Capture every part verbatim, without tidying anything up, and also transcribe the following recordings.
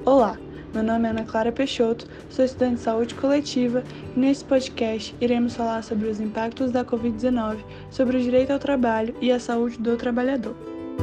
Olá, meu nome é Ana Clara Peixoto, sou estudante de saúde coletiva e nesse podcast iremos falar sobre os impactos da covid dezenove sobre o direito ao trabalho e a saúde do trabalhador.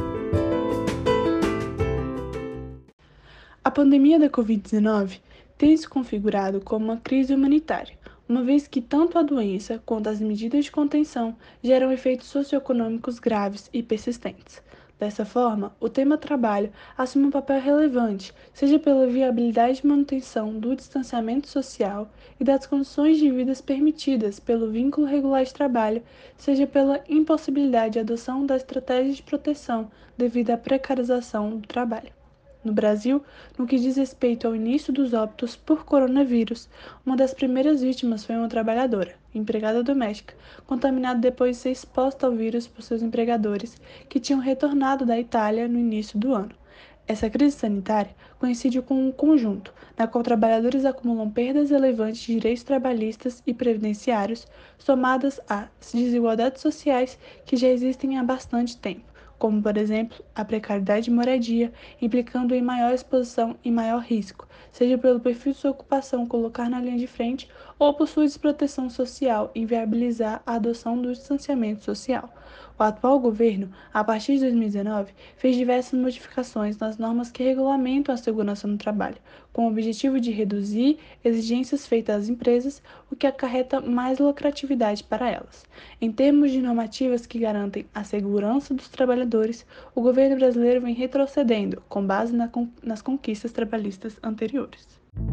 A pandemia da covid dezenove tem se configurado como uma crise humanitária, uma vez que tanto a doença quanto as medidas de contenção geram efeitos socioeconômicos graves e persistentes. Dessa forma, o tema trabalho assume um papel relevante, seja pela viabilidade e manutenção do distanciamento social e das condições de vida permitidas pelo vínculo regular de trabalho, seja pela impossibilidade de adoção da estratégia de proteção devido à precarização do trabalho. No Brasil, no que diz respeito ao início dos óbitos por coronavírus, uma das primeiras vítimas foi uma trabalhadora, empregada doméstica, contaminada depois de ser exposta ao vírus por seus empregadores, que tinham retornado da Itália no início do ano. Essa crise sanitária coincide com um conjunto, na qual trabalhadores acumulam perdas relevantes de direitos trabalhistas e previdenciários, somadas às desigualdades sociais que já existem há bastante tempo, como, por exemplo, a precariedade de moradia, implicando em maior exposição e maior risco, seja pelo perfil de sua ocupação colocar na linha de frente ou por sua desproteção social inviabilizar a adoção do distanciamento social. O atual governo, a partir de dois mil e dezenove, fez diversas modificações nas normas que regulamentam a segurança no trabalho, com o objetivo de reduzir exigências feitas às empresas, o que acarreta mais lucratividade para elas. Em termos de normativas que garantem a segurança dos trabalhadores, o governo brasileiro vem retrocedendo, com base na, nas conquistas trabalhistas anteriores.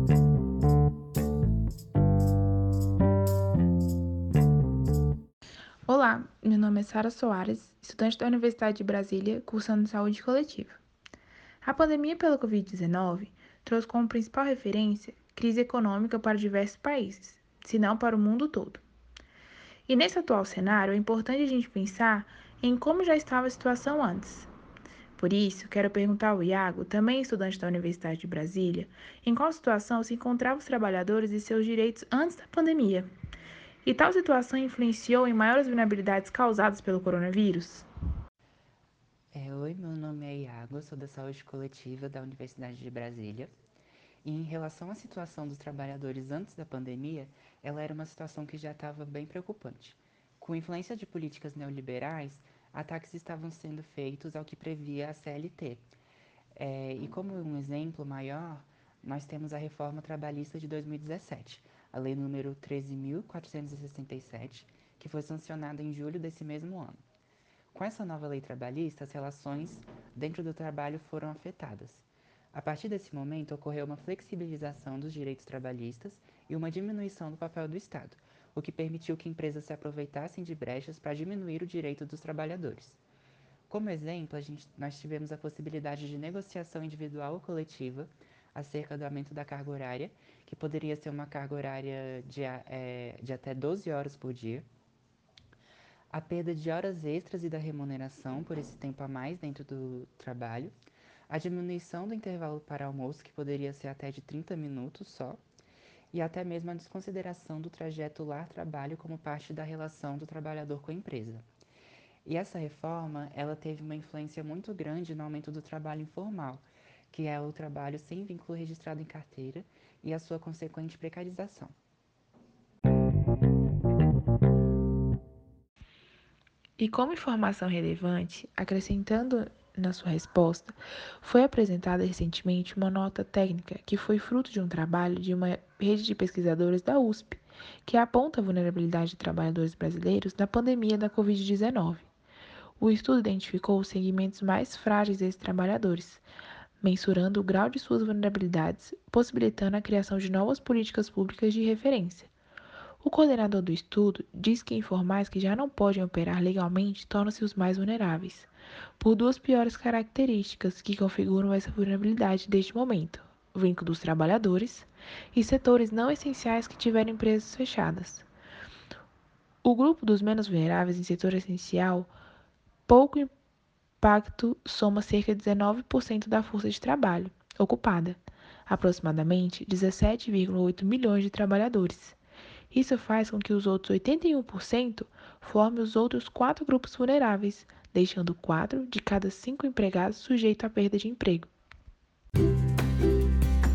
Olá, meu nome é Sara Soares, estudante da Universidade de Brasília, cursando Saúde Coletiva. A pandemia pela covid dezenove trouxe como principal referência crise econômica para diversos países, se não para o mundo todo. E nesse atual cenário, é importante a gente pensar em como já estava a situação antes. Por isso, quero perguntar ao Iago, também estudante da Universidade de Brasília, em qual situação se encontravam os trabalhadores e seus direitos antes da pandemia. E tal situação influenciou em maiores vulnerabilidades causadas pelo coronavírus? É, oi, meu nome é Iago, eu sou da Saúde Coletiva da Universidade de Brasília. E em relação à situação dos trabalhadores antes da pandemia, ela era uma situação que já estava bem preocupante. Com influência de políticas neoliberais, ataques estavam sendo feitos ao que previa a C L T. É, e como um exemplo maior, nós temos a reforma trabalhista de dois mil e dezessete, a lei número treze mil quatrocentos e sessenta e sete, que foi sancionada em julho desse mesmo ano. Com essa nova lei trabalhista, as relações dentro do trabalho foram afetadas. A partir desse momento, ocorreu uma flexibilização dos direitos trabalhistas e uma diminuição do papel do Estado, o que permitiu que empresas se aproveitassem de brechas para diminuir o direito dos trabalhadores. Como exemplo, a gente, nós tivemos a possibilidade de negociação individual ou coletiva acerca do aumento da carga horária, que poderia ser uma carga horária de, é, de até doze horas por dia, a perda de horas extras e da remuneração por esse tempo a mais dentro do trabalho, a diminuição do intervalo para almoço, que poderia ser até de trinta minutos só, e até mesmo a desconsideração do trajeto lar-trabalho como parte da relação do trabalhador com a empresa. E essa reforma, ela teve uma influência muito grande no aumento do trabalho informal, que é o trabalho sem vínculo registrado em carteira e a sua consequente precarização. E como informação relevante, acrescentando na sua resposta, foi apresentada recentemente uma nota técnica que foi fruto de um trabalho de uma rede de pesquisadores da U S P, que aponta a vulnerabilidade de trabalhadores brasileiros na pandemia da covid dezenove. O estudo identificou os segmentos mais frágeis desses trabalhadores, mensurando o grau de suas vulnerabilidades, possibilitando a criação de novas políticas públicas de referência. O coordenador do estudo diz que informais que já não podem operar legalmente tornam-se os mais vulneráveis, por duas piores características que configuram essa vulnerabilidade deste momento: o vínculo dos trabalhadores e setores não essenciais que tiveram empresas fechadas. O grupo dos menos vulneráveis em setor essencial, pouco impacto, soma cerca de dezenove por cento da força de trabalho ocupada, aproximadamente dezessete vírgula oito milhões de trabalhadores. Isso faz com que os outros oitenta e um por cento formem os outros quatro grupos vulneráveis, deixando quatro de cada cinco empregados sujeitos à perda de emprego.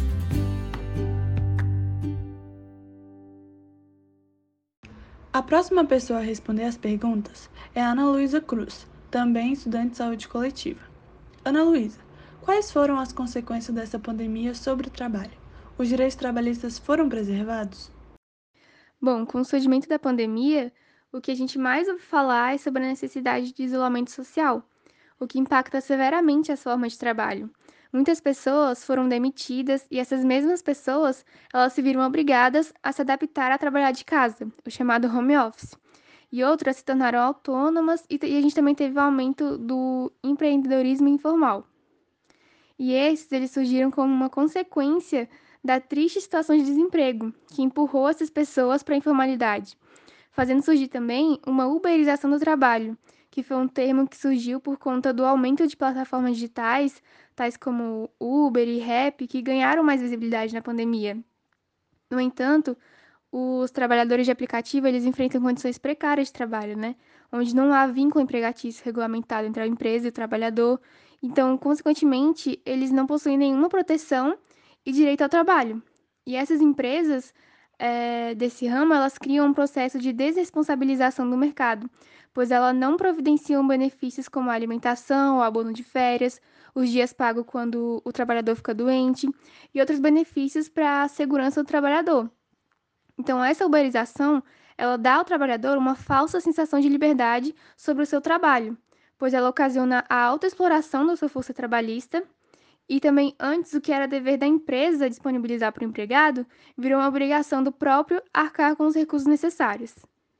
A próxima pessoa a responder as perguntas é a Ana Luísa Cruz, também estudante de saúde coletiva. Ana Luísa, quais foram as consequências dessa pandemia sobre o trabalho? Os direitos trabalhistas foram preservados? Bom, com o surgimento da pandemia, o que a gente mais ouve falar é sobre a necessidade de isolamento social, o que impacta severamente as formas de trabalho. Muitas pessoas foram demitidas e essas mesmas pessoas, elas se viram obrigadas a se adaptar a trabalhar de casa, o chamado home office. E outras se tornaram autônomas e, t- e a gente também teve o aumento do empreendedorismo informal. E esses, eles surgiram como uma consequência da triste situação de desemprego, que empurrou essas pessoas para a informalidade, fazendo surgir também uma uberização do trabalho, que foi um termo que surgiu por conta do aumento de plataformas digitais, tais como Uber e Rap, que ganharam mais visibilidade na pandemia. No entanto, os trabalhadores de aplicativo, eles enfrentam condições precárias de trabalho, né? Onde não há vínculo empregatício regulamentado entre a empresa e o trabalhador. Então, consequentemente, eles não possuem nenhuma proteção e direito ao trabalho. E essas empresas eh, desse ramo, elas criam um processo de desresponsabilização do mercado, pois elas não providenciam benefícios como a alimentação, o abono de férias, os dias pagos quando o trabalhador fica doente e outros benefícios para a segurança do trabalhador. Então, essa uberização, ela dá ao trabalhador uma falsa sensação de liberdade sobre o seu trabalho, pois ela ocasiona a autoexploração da sua força trabalhista e também, antes, o que era dever da empresa disponibilizar para o empregado, virou uma obrigação do próprio arcar com os recursos necessários.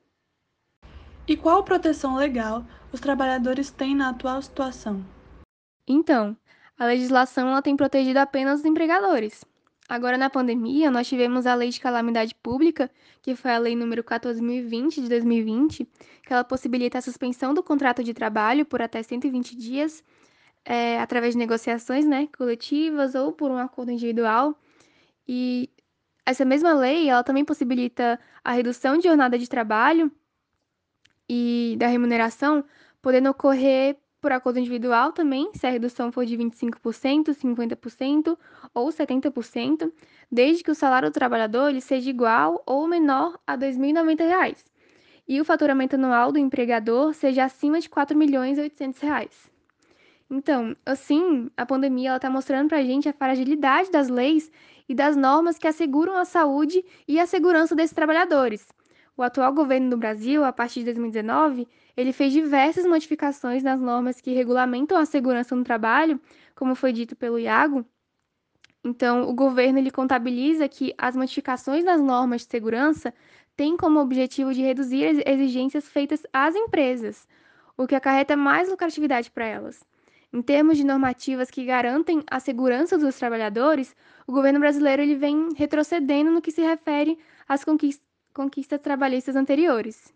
E qual proteção legal os trabalhadores têm na atual situação? Então, a legislação ela tem protegido apenas os empregadores. Agora, na pandemia, nós tivemos a Lei de Calamidade Pública, que foi a Lei número quatorze mil e vinte de dois mil e vinte, que ela possibilita a suspensão do contrato de trabalho por até cento e vinte dias, eh, através de negociações, né, coletivas ou por um acordo individual. E essa mesma lei, ela também possibilita a redução de jornada de trabalho e da remuneração, podendo ocorrer por acordo individual também, se a redução for de vinte e cinco por cento, cinquenta por cento ou setenta por cento, desde que o salário do trabalhador ele seja igual ou menor a dois mil e noventa reais e o faturamento anual do empregador seja acima de quatro milhões e oitocentos reais. Então, assim, a pandemia está mostrando para a gente a fragilidade das leis e das normas que asseguram a saúde e a segurança desses trabalhadores. O atual governo do Brasil, a partir de dois mil e dezenove, ele fez diversas modificações nas normas que regulamentam a segurança no trabalho, como foi dito pelo Iago. Então, o governo ele contabiliza que as modificações nas normas de segurança têm como objetivo de reduzir as exigências feitas às empresas, o que acarreta mais lucratividade para elas. Em termos de normativas que garantem a segurança dos trabalhadores, o governo brasileiro ele vem retrocedendo no que se refere às conquistas, conquistas trabalhistas anteriores.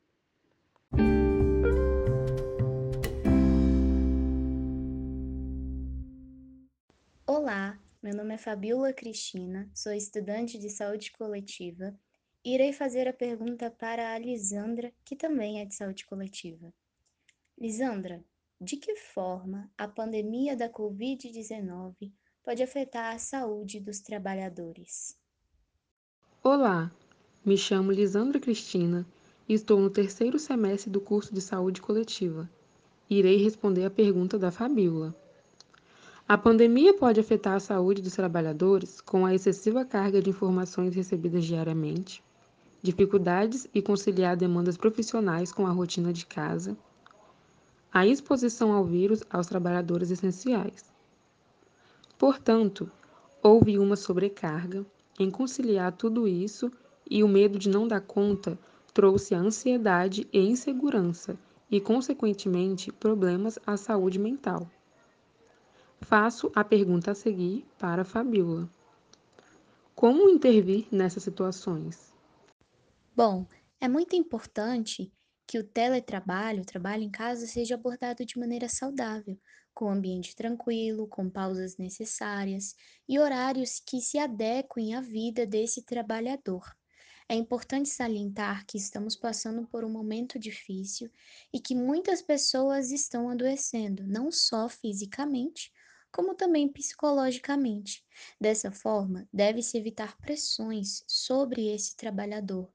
Olá, meu nome é Fabiola Cristina, sou estudante de saúde coletiva e irei fazer a pergunta para a Lisandra, que também é de saúde coletiva. Lisandra, de que forma a pandemia da covid dezenove pode afetar a saúde dos trabalhadores? Olá, me chamo Lisandra Cristina e estou no terceiro semestre do curso de Saúde Coletiva. Irei responder a pergunta da Fabíola. A pandemia pode afetar a saúde dos trabalhadores com a excessiva carga de informações recebidas diariamente, dificuldades em conciliar demandas profissionais com a rotina de casa, a exposição ao vírus aos trabalhadores essenciais. Portanto, houve uma sobrecarga em conciliar tudo isso e o medo de não dar conta trouxe a ansiedade e insegurança e, consequentemente, problemas à saúde mental. Faço a pergunta a seguir para a Fabiola. Como intervir nessas situações? Bom, é muito importante que o teletrabalho, o trabalho em casa, seja abordado de maneira saudável, com um ambiente tranquilo, com pausas necessárias e horários que se adequem à vida desse trabalhador. É importante salientar que estamos passando por um momento difícil e que muitas pessoas estão adoecendo, não só fisicamente, como também psicologicamente. Dessa forma, deve-se evitar pressões sobre esse trabalhador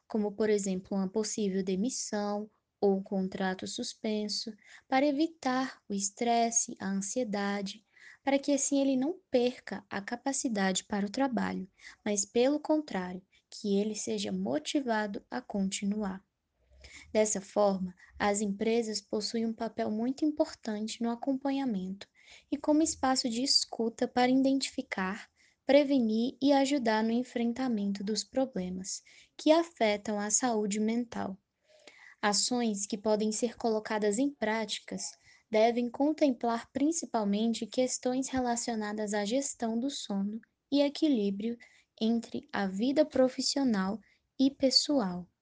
como, por exemplo, uma possível demissão ou um contrato suspenso, para evitar o estresse, a ansiedade, para que assim ele não perca a capacidade para o trabalho, mas, pelo contrário, que ele seja motivado a continuar. Dessa forma, as empresas possuem um papel muito importante no acompanhamento e como espaço de escuta para identificar, prevenir e ajudar no enfrentamento dos problemas que afetam a saúde mental. Ações que podem ser colocadas em práticas devem contemplar principalmente questões relacionadas à gestão do sono e equilíbrio entre a vida profissional e pessoal.